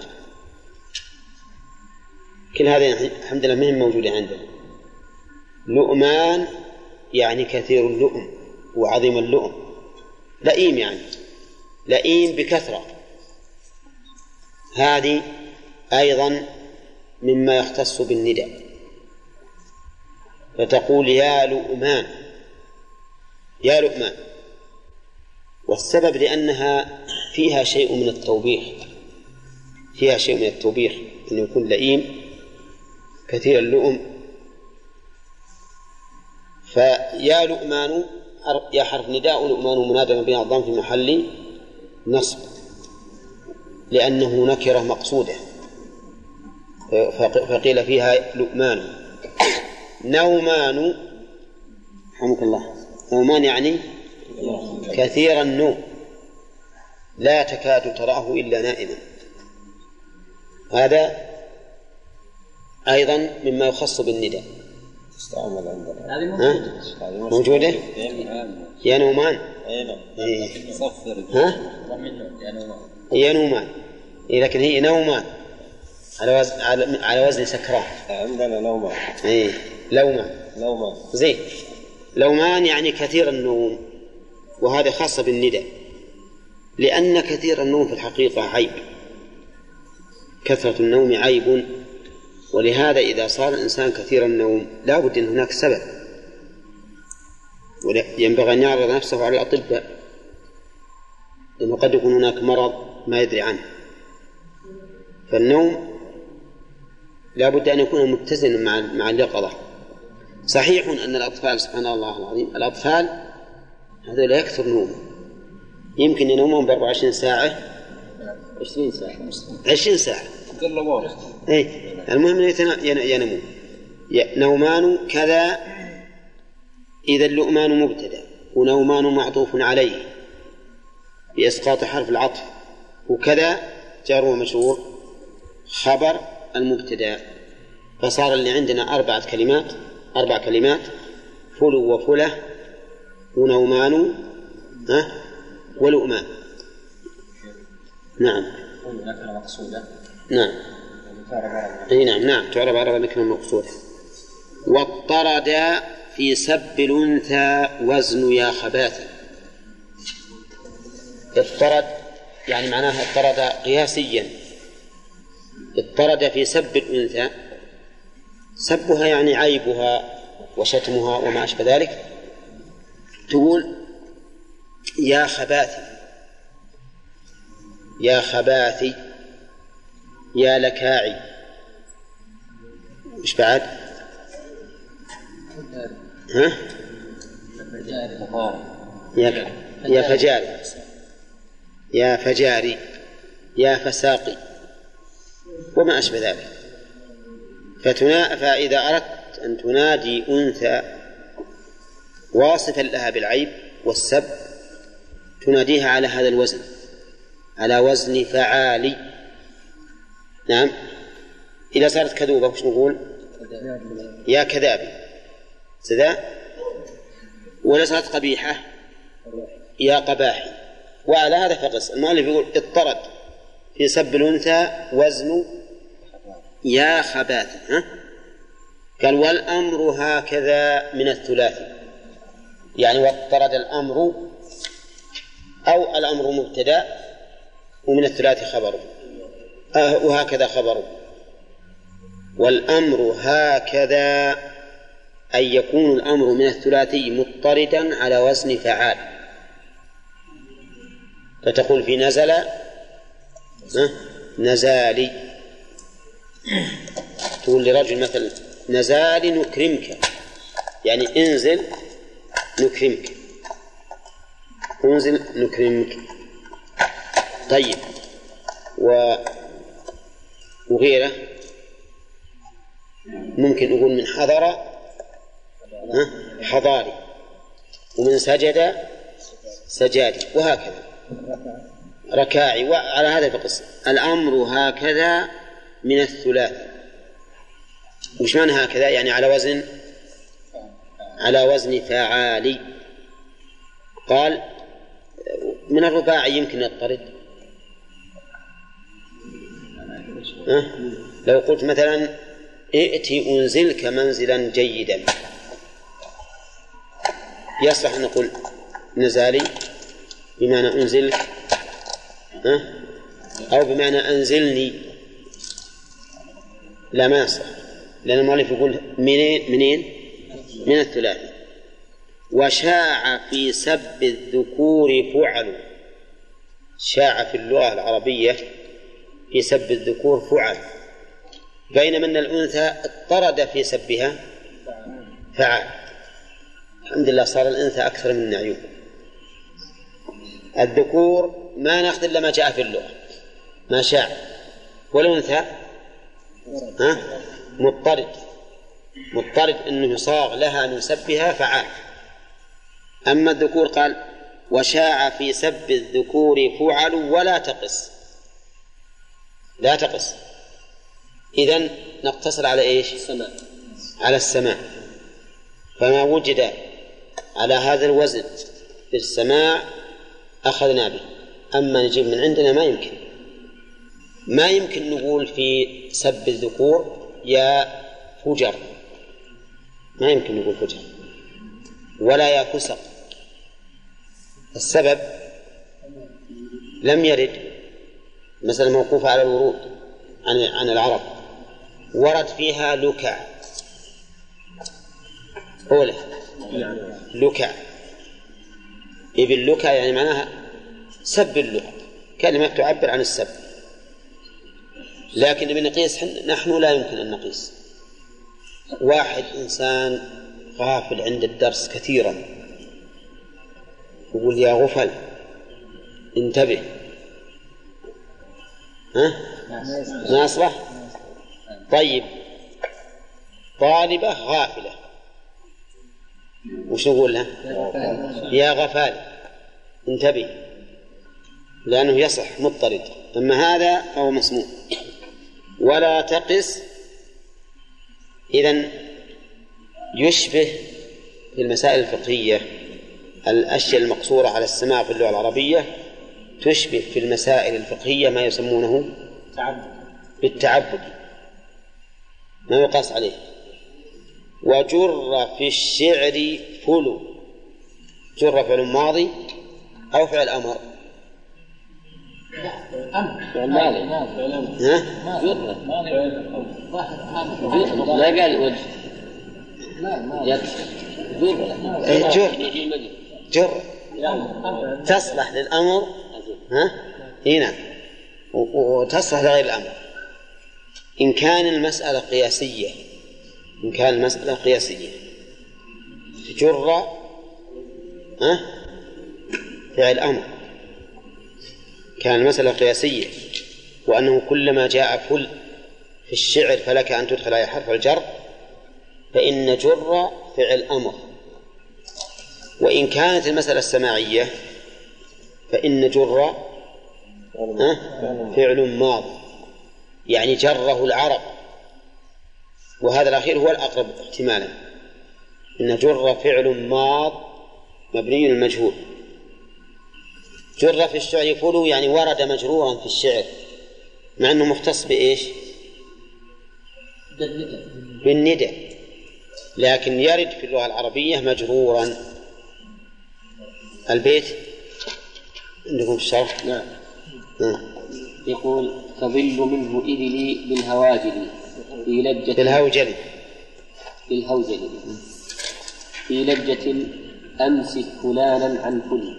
كل هذه الحمد لله مهم موجودة عندنا. لؤمان يعني كثير اللؤم وعظيم اللؤم، لئيم يعني لئيم بكثرة، هذه أيضا مما يختص بالنداء. فتقول يا لؤمان يا لؤمان، والسبب لأنها فيها شيء من التوبيخ، أن يكون لئيم كثير اللؤم. فيا لؤمان يا حرف نداء، لؤمان منادى بين الضم في محل نصب، لأنه نكرة مقصودة، فقيل فيها لؤمان. نومان رحمك الله، نومان يعني كثير النوم، لا تكاد تراه إلا نائما. هذا أيضا مما يخص بالنداء. موجودة يا نومان. يا نومان، لكن هي نومان على وزن سكران. عندنا نومان. لومان زين. لومان يعني كثير النوم، وهذا خاصة بالنداء، لأن كثير النوم في الحقيقة عيب، كثرة النوم عيب. ولهذا إذا صار الإنسان كثير النوم لا بد أن هناك سبب، ينبغي أن يعرض نفسه على الأطباء، لأنه قد يكون هناك مرض ما يدري عنه. فالنوم لا بد أن يكون متزنا مع اليقظة. صحيح أن الأطفال سبحان الله العظيم، الأطفال هذا لا يكثر نوم، يمكن ينومون ب24 ساعة 20 ساعة المهم ينمون. نومان كذا، إذا اللؤمان مبتدأ، ونومان معطوف عليه بإسقاط حرف العطف، وكذا جار ومجرور خبر المبتدأ. فصار اللي عندنا أربع كلمات: فلو وفله ونومان ولؤمان. نعم. نعم تعرب على نكرة مقصودة. واضطرد في سب الأنثى وزن يا خباث. اضطرد يعني معناها اضطرد قياسيا. اضطرد في سب الأنثى، سبها يعني عيبها وشتمها وما أشبه ذلك. تقول يا خباثي، يا خباثي، يا لكاعي، إيش بعد؟ يا فجاري، يا فجاري، يا فساقي وما أشبه ذلك. فإذا أردت أن تنادي أنثى واصفا لها بالعيب والسب تناديها على هذا الوزن، على وزن فعالي. نعم. إذا صارت كذوبة وش نقول؟ يا كذابي سذا. ولا صارت قبيحة يا قباحي. وعلى هذا فقس. المؤلف يقول اضطرد في سب الأنثى وزن يا خباث. قال والأمر هكذا من الثلاثي، يعني واضطرد الأمر، أو الأمر مبتدأ ومن الثلاثي خبره، وهكذا خبره. والأمر هكذا أن يكون الأمر من الثلاثي مضطردا على وزن فعال. فتقول في نزل نزالي، تقول لرجل مثلا نزالي نكرمك، يعني انزل نكرمك، انزل نكرمك. طيب وغيره ممكن نقول من حضر حضاري، ومن سجد سجادي، وهكذا ركاعي. وعلى هذا القسم الأمر هكذا من الثلاث. وش معنى هكذا؟ يعني على وزن فعالي. قال من الرباعي يمكن يضطرد. لو قلت مثلا ائتي أنزلك منزلا جيدا، يصلح أن نقول نزالي بمعنى أنزلك، أو بمعنى أنزلني. لا، ما يصلح، لأن المؤلف يقول منين؟ من الثلاثي. وشاع في سب الذكور فعل. شاع في اللغة العربية في سب الذكور فعل، بينما أن الأنثى اضطرد في سبها فعل. الحمد لله صار الأنثى أكثر من العيوب. الذكور ما نأخذ إلا ما جاء في اللغة، ما شاع. والأنثى مضطرد أنه صاغ لها من سبها فعال. أما الذكور قال وشاع في سب الذكور فعل ولا تقص، لا تقص. إذن نقتصر على إيش؟ على السماع. فما وجد على هذا الوزن في السماع أخذنا به. أما نجيب من عندنا ما يمكن نقول في سب الذكور يا فجر، ما يمكن نقول فجر، ولا يا فسق. السبب لم يرد مثلا موقوفة على الورود عن العرب، ورد فيها لكع، أولى لكع، ابن لكع يعني معناها سب اللغة، كلمة تعبر عن السب. لكن بنقيس نحن لا يمكن أن نقيس. واحد إنسان غافل عند الدرس كثيرا يقول يا غفل انتبه، ها؟ ناصبة. طيب طالبة غافلة وش نقول لها؟ يا غفال، انتبه، لأنه يصح مضطرد، أما هذا فهو مسموع. ولا تقس، إذن يشبه في المسائل الفقهية الأشياء المقصورة على السماع في اللغة العربية تشبه في المسائل الفقهية ما يسمونه بالتعبد، ما يقاس عليه. وجر في الشعر فلو، جر فعل ماضي أو فعل أمر؟ لا قال وجه، جر تصلح للأمر، هنا وتصلح لغير الأمر إن كان المسألة قياسية. إن كان المسألة قياسية جر فعل أمر، كان المسألة قياسية، وأنه كلما جاء فل في الشعر فلك أن تدخل عليه حرف الجر، فإن جر فعل أمر. وإن كانت المسألة السماعية فإن جر فعل ماض، يعني جره العرب، وهذا الأخير هو الأقرب احتمالا. إن جر فعل ماض مبني المجهول. جر في الشعر فلو يعني ورد مجرورا في الشعر، مع أنه مختص بإيش؟ بالندى، لكن يرد في اللغة العربية مجرورا. البيت عندكم الشرح؟ نعم. يقول تظل منه إذلي بالهواجل في لجة بالهوجل في لجة أمسك فلانا عن فل.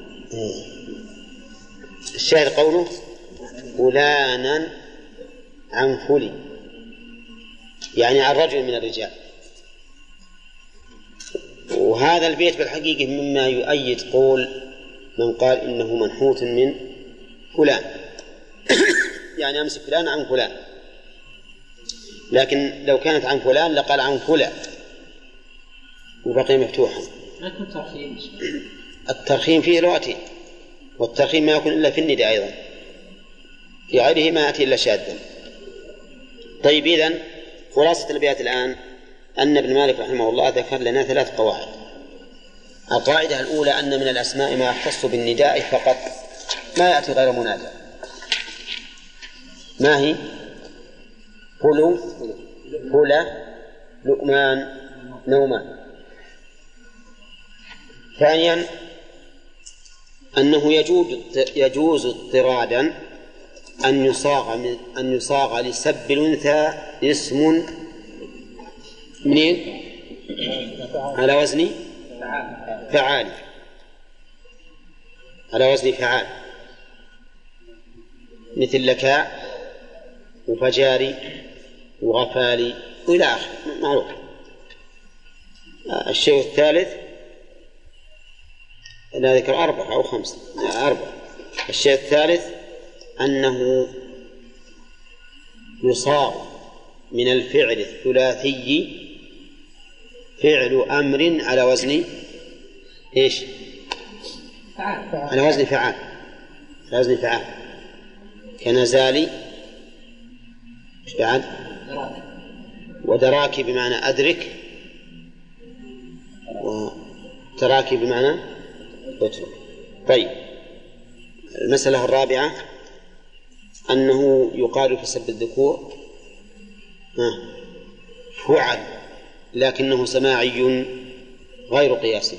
الشاهد قوله فلانا عن فل، يعني عن رجل من الرجال. وهذا البيت بالحقيقة مما يؤيد قول من قال إنه منحوت من فلان يعني أمسك فلان عن فلان، لكن لو كانت عن فلان لقال عن فلان وبقي مفتوحا. الترخيم فيه لغتين، والترخيم ما يكون إلا في النداء أيضا، في غيره ما يأتي إلا شاذا. طيب إذن خلاصة البيات الآن أن ابن مالك رحمه الله ذكر لنا 3 قواعد. القاعدة الأولى أن من الأسماء ما يختص بالنداء فقط، ما يأتي غير منادى. ما هي؟ فلو، فلا، لؤمان، نومان. ثانيا أنه يجوز اضطرادا أن يصاغ لسب الأنثى اسم منين؟ على وزن فعال، على وزن فعال، مثل لكاء وفجاري وغفالي وإلى آخره معروف. الشيء الثالث لا ذكر 4 أو 5 4. الشيء الثالث أنه يصاغ من الفعل الثلاثي فعل أمر على وزن إيش؟ على وزن فعال، على وزن فعال، كنزالي إيش بعد؟ ودراكي بمعنى أدرك، وتراكي بمعنى اترك. طيب المسألة الرابعة أنه يقال في سب الذكور فعل، لكنه سماعي غير قياسي.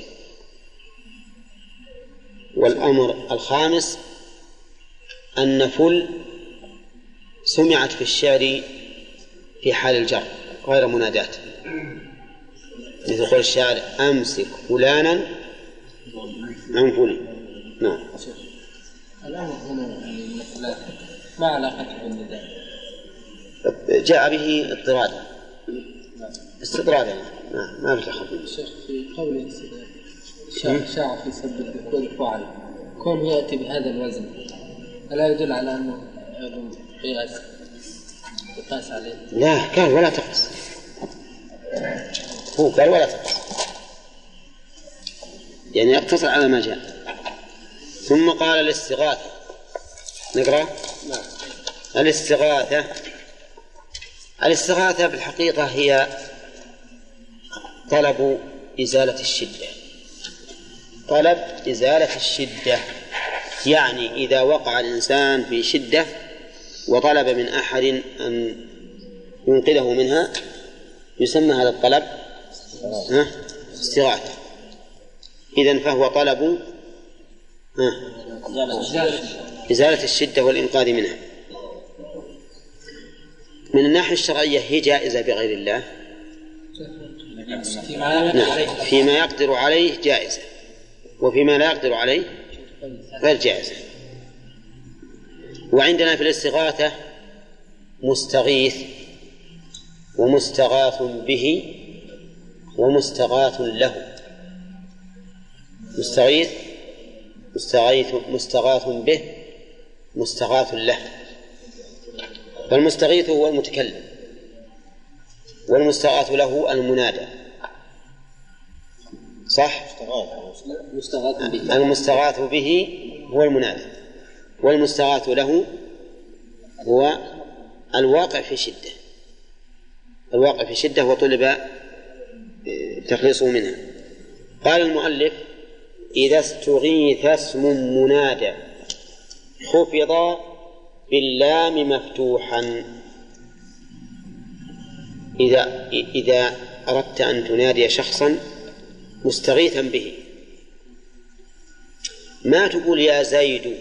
والأمر الخامس أن فل سمعت في الشعر في حال الجر غير منادات، مثل قول الشاعر أمسك فلانا عن فلان. نعم. الأمر هنا يعني ما علاقته بالنداء؟ جاء به اضطرادا استطرادا، ما في تخفيف. الشيخ في قوله شاع في سب الذكور فعل، كون يأتي بهذا الوزن ألا يدل على أنه لا، قال ولا تقص، هو قال ولا تقص، يعني يقتصر على ما جاء. ثم قال الاستغاثة، نقرأ. الاستغاثة بالحقيقة هي طلب إزالة الشدة، طلب إزالة الشدة، يعني إذا وقع الإنسان في شدة وطلب من أحد أن ينقذه منها يسمى هذا الطلب استغاثة. إذن فهو طلب إزالة الشدة والإنقاذ منها. من الناحية الشرعية هي جائزة بغير الله، فيما يقدر عليه جائزة، وفيما لا يقدر عليه غير جائزة. وعندنا في الاستغاثة مستغيث ومستغاث به ومستغاث له. مستغيث مستغاث به مستغاث له. فالمستغيث هو المتكلم، والمستغاث له المنادى، صح؟ المستغاث به هو المنادى، والمستغاث له هو الواقع في شدة، الواقع في شدة وطلب تخليصه منها. قال المؤلف: إذا استغيث اسم منادى خفض باللام مفتوحا. إذا أردت أن تنادي شخصا مستغيثا به ما تقول يا زيد،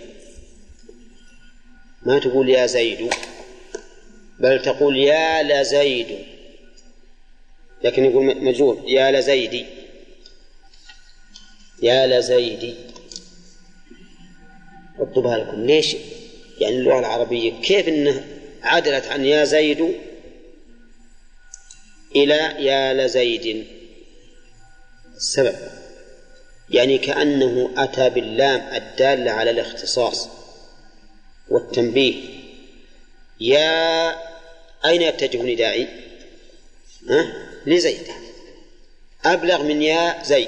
ما تقول يا زيد، بل تقول يا لزيد، لكن يقول مجرور يا لزيدي، يا لزيدي. اطلبها لكم ليش؟ يعني اللغة العربية كيف إنه عدلت عن يا زيد إلى يا لزيد؟ السبب يعني كأنه أتى باللام الدالة على الاختصاص والتنبيه. يا أين يتجه ندائي؟ لزيد، أبلغ من يا زيد،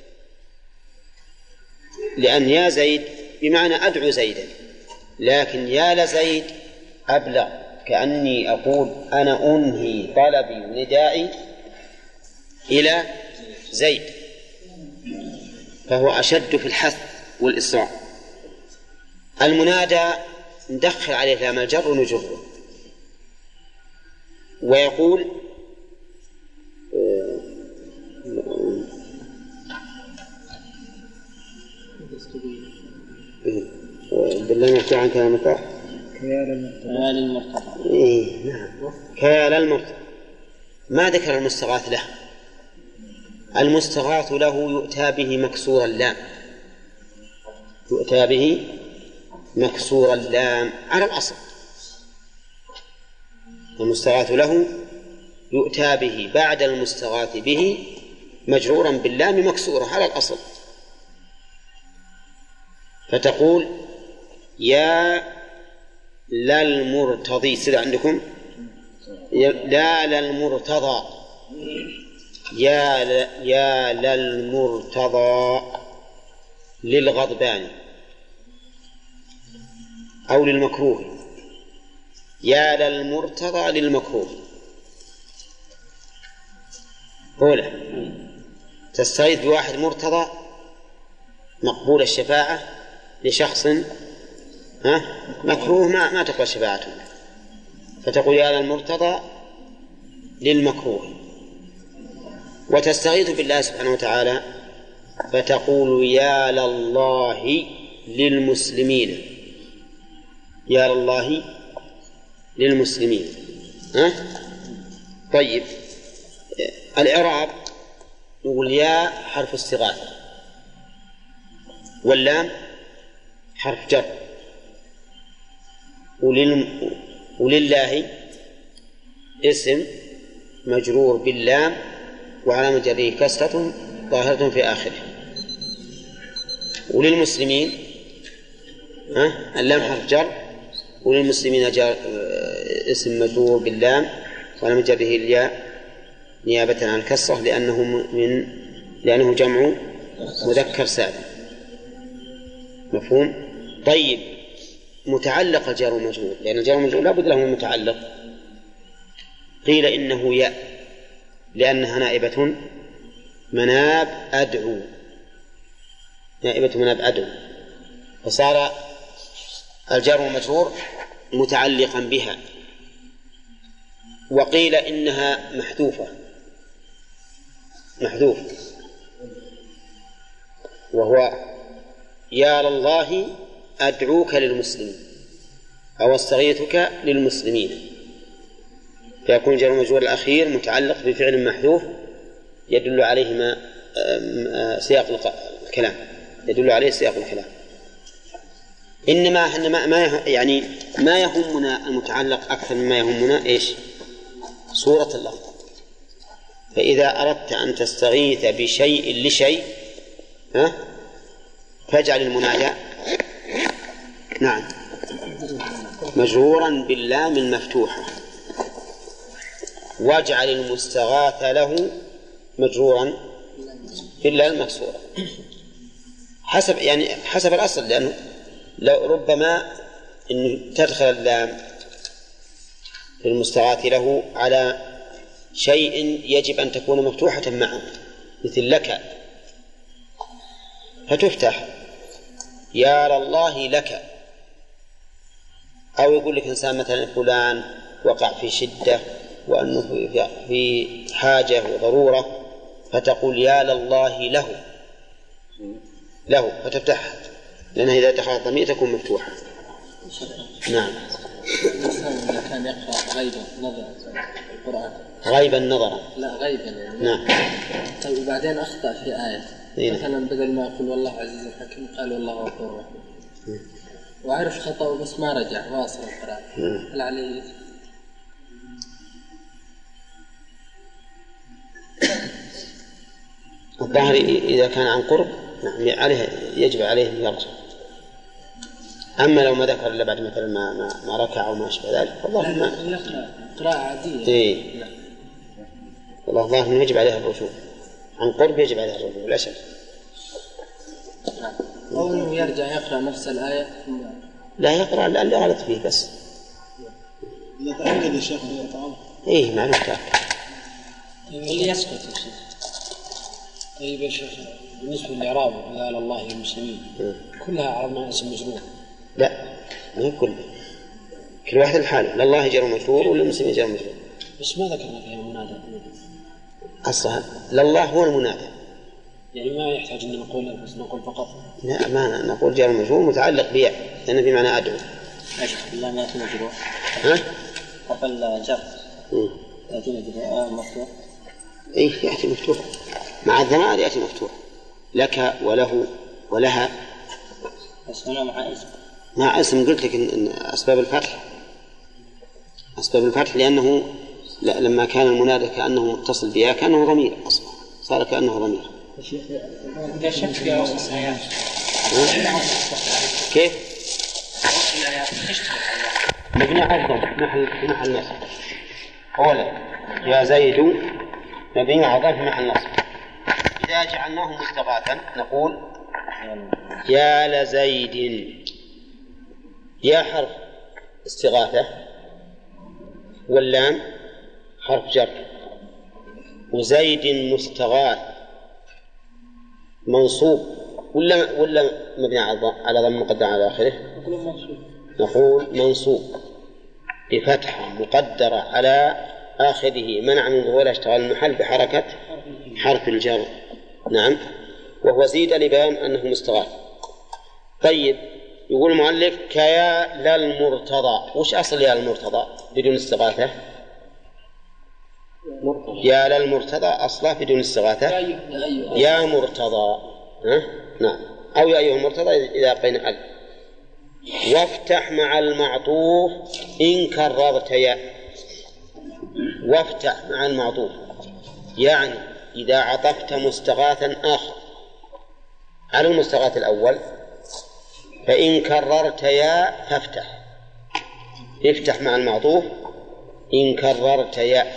لأن يا زيد بمعنى أدعو زيدا، لكن يا لزيد أبلغ، كأني أقول أنا أنهي طلبي وندائي إلى زيد، فهو أشد في الحث والإسراع. المنادى ندخل عليه لام الجر ونجره، ويقول بالله مفتوح عن كلام الله كيال المرتضى. نعم، كيال المرتضى. ما ذكر المستغاث له. المستغاث له يؤتى به مكسور اللام، يؤتى به مكسور اللام على الأصل. المستغاث له يؤتى به بعد المستغاث به مجرورا باللام مكسورة على الأصل، فتقول يا للمرتضي. سيدة عندكم لا للمرتضى، يا للمرتضى للغضبان أو للمكروه، يا للمرتضى للمكروه. قوله تستغيث بواحد مرتضى مقبول الشفاعة لشخص مكروه ما تقبل شفاعته، فتقول يا للمرتضى للمكروه. وتستغيث بالله سبحانه وتعالى فتقول يا لله للمسلمين، يا لله للمسلمين. طيب، الإعراب نقول يا حرف استغاثة، واللام حرف جر، ولله اسم مجرور باللام وعلامة جره كسرة ظاهرة في آخره. وللمسلمين اللام حرف جر وللمسلمين اسم مجرور باللام ولم جره الياء نيابة عن الكسرة لأنه جمع مذكر سالم. مفهوم؟ طيب، متعلق الجار والمجرور، لأن الجار والمجرور لا بد له من متعلق. قيل إنه ياء لأنها نائبة مناب أدعو، نائبة مناب أدعو، فصار الجار والمجرور متعلقا بها. وقيل إنها محذوفة وهو يا لله أدعوك للمسلمين أو استغيثك للمسلمين، فيكون الجار والمجرور الأخير متعلق بفعل محذوف يدل عليه سياق الكلام، يدل عليه سياق الكلام. إنما ما يهمنا المتعلق أكثر مما يهمنا إيش؟ صورة اللفظ. فإذا أردت أن تستغيث بشيء لشيء فاجعل المنادى مجرورا باللام المفتوحة، واجعل المستغاث له مجرورا باللام المكسورة حسب الأصل، لأنه لو ربما أن تدخل اللام في المستغاث له على شيء يجب أن تكون مفتوحة معه، مثل لك، فتفتح يا لله لك. أو يقول لك إنسان مثلا فلان وقع في شدة وأنه في حاجة وضرورة، فتقول يا لله له فتفتح، لأنها إذا دخلت الضمير تكون مفتوحة. نعم. الإنسان إذا كان يقرأ غيبا نظرا القرآن، غيبا نظرا، لا غيبا يعني. نعم. طيب وبعدين أخطأ في آية مثلا بدل ما يقول والله عزيز حكيم قال والله غفور رحيم، وعرف خطأ بس ما رجع واصل القراءة، هل عليه؟ الظاهر إذا كان عن قرب عليه يجب عليه أن يرجع. أما لو ما ذكر إلا بعد مثلا ما ركع أو ما أشبه ذلك فالله ما يقرأ قراءة عادية. والله الظاهر أنه يجب عليها الرجوع، عن قرب يجب عليها الرجوع لا شك. أو أنه يرجع يقرأ نفس الآية لا يقرأ اللي غلط فيه بس. إذا تأكد الشيخ يتعرض. معلوم تأكد. اللي يسقط يا شيخ. طيب يا شيخ بالنسبة للإعراب يا لله المسلمين كلها عربنا اسم مجرور؟ لا، ما هي كل واحد الحالة، لله جار مجرور وللمسلمين جار مجرور. بس ما ذكرنا فيها منادى. أصلا لله هو المنادى، يعني ما يحتاج أن نقول بس نقول فقط. لا، ما نقول جار مجرور متعلق بيع، لأن في معنى أدعو. ايش بالله ما يأتي مجرور؟ حرف الجر يأتي مجرور مفتوح. يأتي مفتوح مع الضمائر، يأتي مفتوح لك وله ولها. بس هنا مع اسم. مع اسم قلت لك إن أسباب الفتح لأنه لما كان المنادى كأنه متصل بها كأنه ضمير أصلا، صار كأنه ضمير. إذا شك في أوصل الآيات كيف؟ مبني على الضم محل نصب. أولا يا زيد مبني على الضم في محل نصب. إذا جعلناه مستغاثا نقول يا لزيد، يا حرف استغاثة واللام حرف جر، وزيد مستغاث منصوب ولا مبني على ضم مقدر على آخره؟ نقول منصوب بفتحة مقدرة على آخره منع من ظهور اشتغال المحل بحركة حرف الجر. نعم، وهو زيد لبيان أنه مستغاث. طيب، يقول المؤلف كيا للمرتضى. وش أصل يا المرتضى بدون استغاثة؟ يا للمرتضى أصله بدون استغاثة يا مرتضى. نعم، أو يا أيها المرتضى إذا قينا أل. وافتح مع المعطوف إن كررت يا. وافتح مع المعطوف يعني إذا عطفت مستغاثا آخر على المستغاث الأول فإن كررت يا فافتح، افتح مع المعطوف إن كررت يا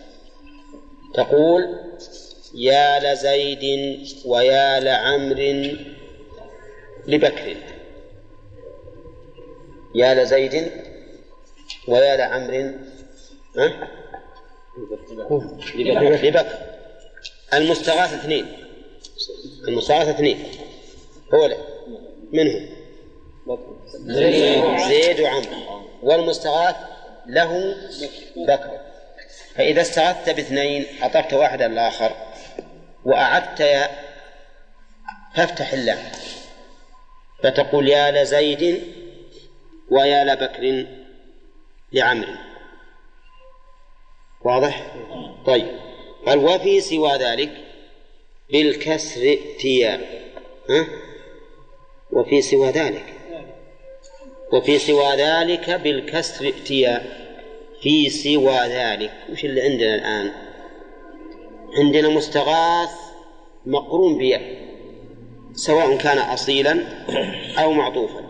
تقول يا لزيد ويا لعمر لبكر، يا لزيد ويا لعمر لبكر. المستغاث اثنين، المستغاث اثنين هو منهم زيد وعمر، والمستغاث له بكر. فإذا استغثت باثنين أطرت واحدا للآخر وأعدت يا فافتح اللام فتقول يا لزيد ويا لبكر لعمر. واضح؟ طيب. قال وفي سوى ذلك بالكسر ائتيا. وفي سوى ذلك، وفي سوى ذلك بالكسر ائتيا. في سوى ذلك وش اللي عندنا الآن؟ عندنا مستغاث مقرون بياء سواء كان أصيلا أو معطوفا.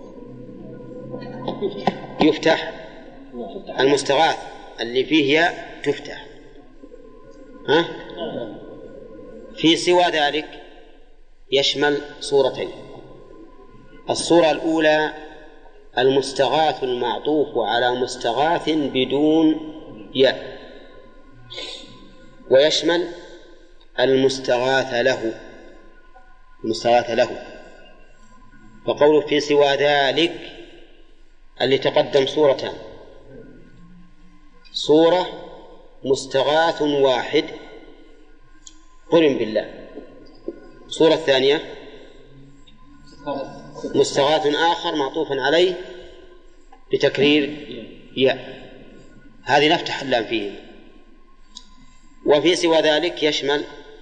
يفتح المستغاث اللي فيه ياء تفتح. في سوى ذلك يشمل صورتين. الصورة الأولى المستغاث المعطوف على مستغاث بدون ياء، ويشمل المستغاث له، المستغاث له. فقوله في سوى ذلك اللي تقدم صورتان، صورة مستغاث واحد قرن بالله، صورة الثانية مستغاث آخر معطوفا عليه بتكرير ياء. هذه نفتح اللام فيه. وفي سوى ذلك يشمل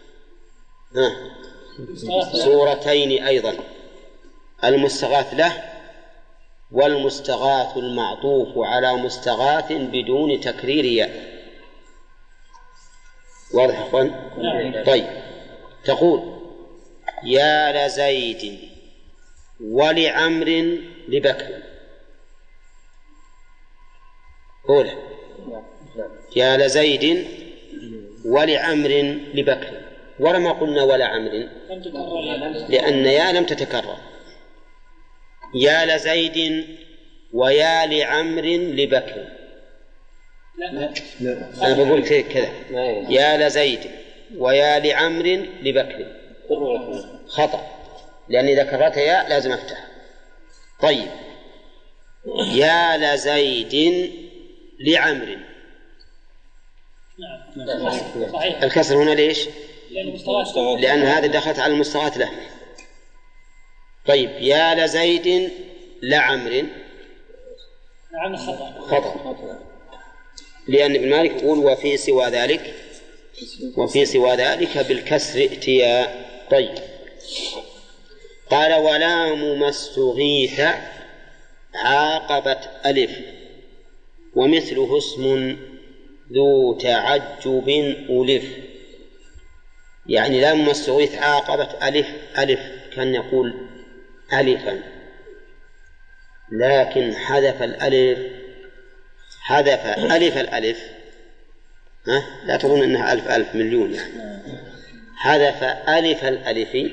صورتين أيضا، المستغاث له والمستغاث المعطوف على مستغاث بدون تكرير ياء. واضح يا أخوان؟ طيب. تقول يا لزيد ولعمر لبكر. قول يا لزيد ولعمر لبكر، ولما قلنا ولا عمر لأن يا لم تتكرر. يا لزيد ويا لعمر لبكر. أنا بقول كذا يا لزيد ويا لعمر لبكر، خطأ، لأن إذا كررت يا لازم أفتح. طيب يا لزيد لعمر، الكسر هنا ليش؟ لأن هذا دخلت على المستغاث له. طيب يا لزيد لعمر خطأ، لأن ابن مالك يقول وفي سوى ذلك، وفي سوى ذلك بالكسر ائتيا. طيب. قال ولام ما استغيث عاقبت ألف ومثله اسم ذو تعجب ألف. يعني لام ما استغيث عاقبت ألف، ألف كان يقول ألفا، لكن حذف الألف، حذف ألف الألف. لا تظن أنها ألف ألف مليون، يعني حذف ألف الألف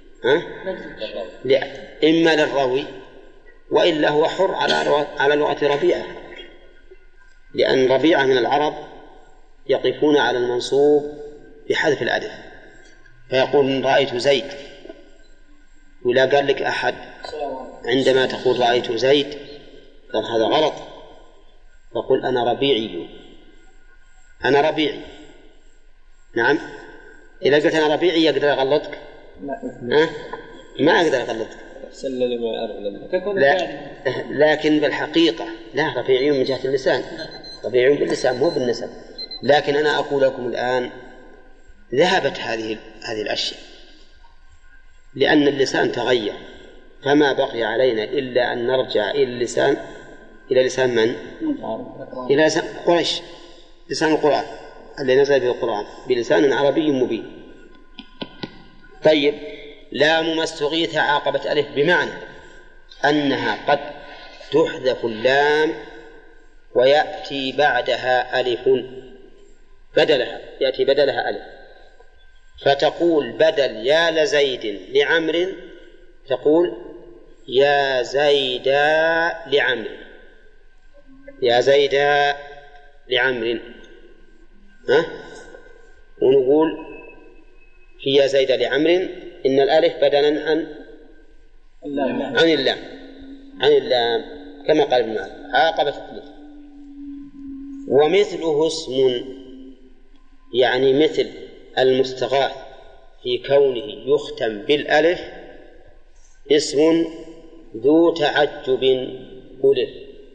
إما للروي وإلا هو حر على لغة ربيعة، لأن ربيعة من العرب يقفون على المنصوب بحذف الألف، فيقول رأيت زيد، ولا قال لك أحد عندما تقول رأيت زيد قال هذا غلط، فقل أنا ربيعي، أنا ربيعي. نعم، إذا قلت أنا ربيعي يقدر أغلطك؟ ما أقدر أغلطك، لا. لكن بالحقيقة لا، ربيعي من جهة اللسان، ربيعي باللسان مو بالنسب. لكن أنا أقول لكم الآن ذهبت هذه الأشياء، لأن اللسان تغير، فما بقي علينا إلا أن نرجع إلى اللسان، إلى لسان من؟ إلى لسان قريش، لسان القرآن اللي نزل به القرآن بلسان عربي مبين. طيب لام ما استغيث عاقبة ألف، بمعنى أنها قد تحذف اللام ويأتي بعدها ألف بدلها، يأتي بدلها ألف، فتقول بدل يا لزيد لعمر تقول يا زيدا لعمر، يا زيدا لعمر، ونقول في يا زيدا لعمر إن الألف بدلا عن اللام كما قال ابن مالك عاقبة التثنية. ومثله اسم، يعني مثل المستغاث في كونه يختم بالألف اسم ذو تعجب ألف،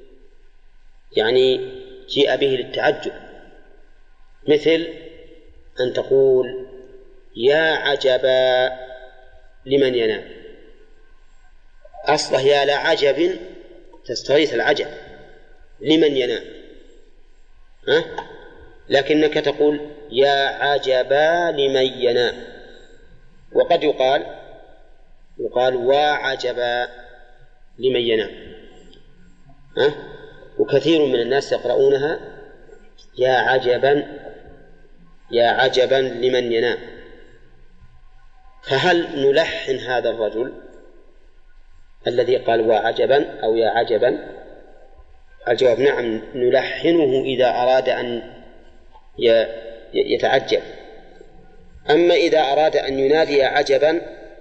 يعني جيء به للتعجب، مثل أن تقول يا عجبا لمن ينام، أصله يا لعجب تستغيث العجب لمن ينام، لكنك تقول يا عجبا لمن ينام. وقد يقال وعجبا لمن ينام، وكثير من الناس يقرؤونها يا عجبا لمن ينام. فهل نلحن هذا الرجل الذي قال وعجبا أو يا عجبا؟ الجواب نعم، نلحنه إذا أراد أن يتعجب. أما إذا أراد أن ينادي يا عجبا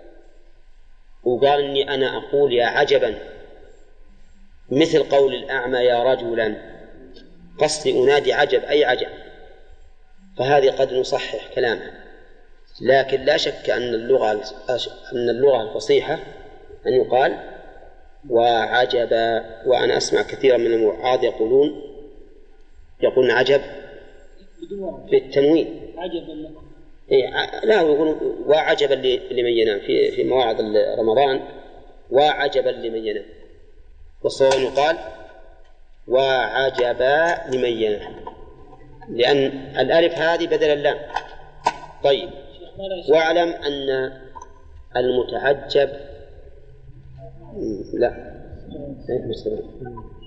وقال إني أنا أقول يا عجبا مثل قول الأعمى يا رجلا، قصدي أنادي عجب أي عجب، فهذه قد نصحح كلامه. لكن لا شك أن اللغة الفصيحة أن يقال وعجبا. وأنا أسمع كثيرا من الوعاظ يقولون عجب بالتنوين، لا يقولون وعجبا لمن ينام في مواعظ رمضان، وعجبا لمن ينام، والصواب أن يقال وعجبا لمن ينام، لأن الألف هذه بدل اللام. طيب، واعلم أن المتعجب لا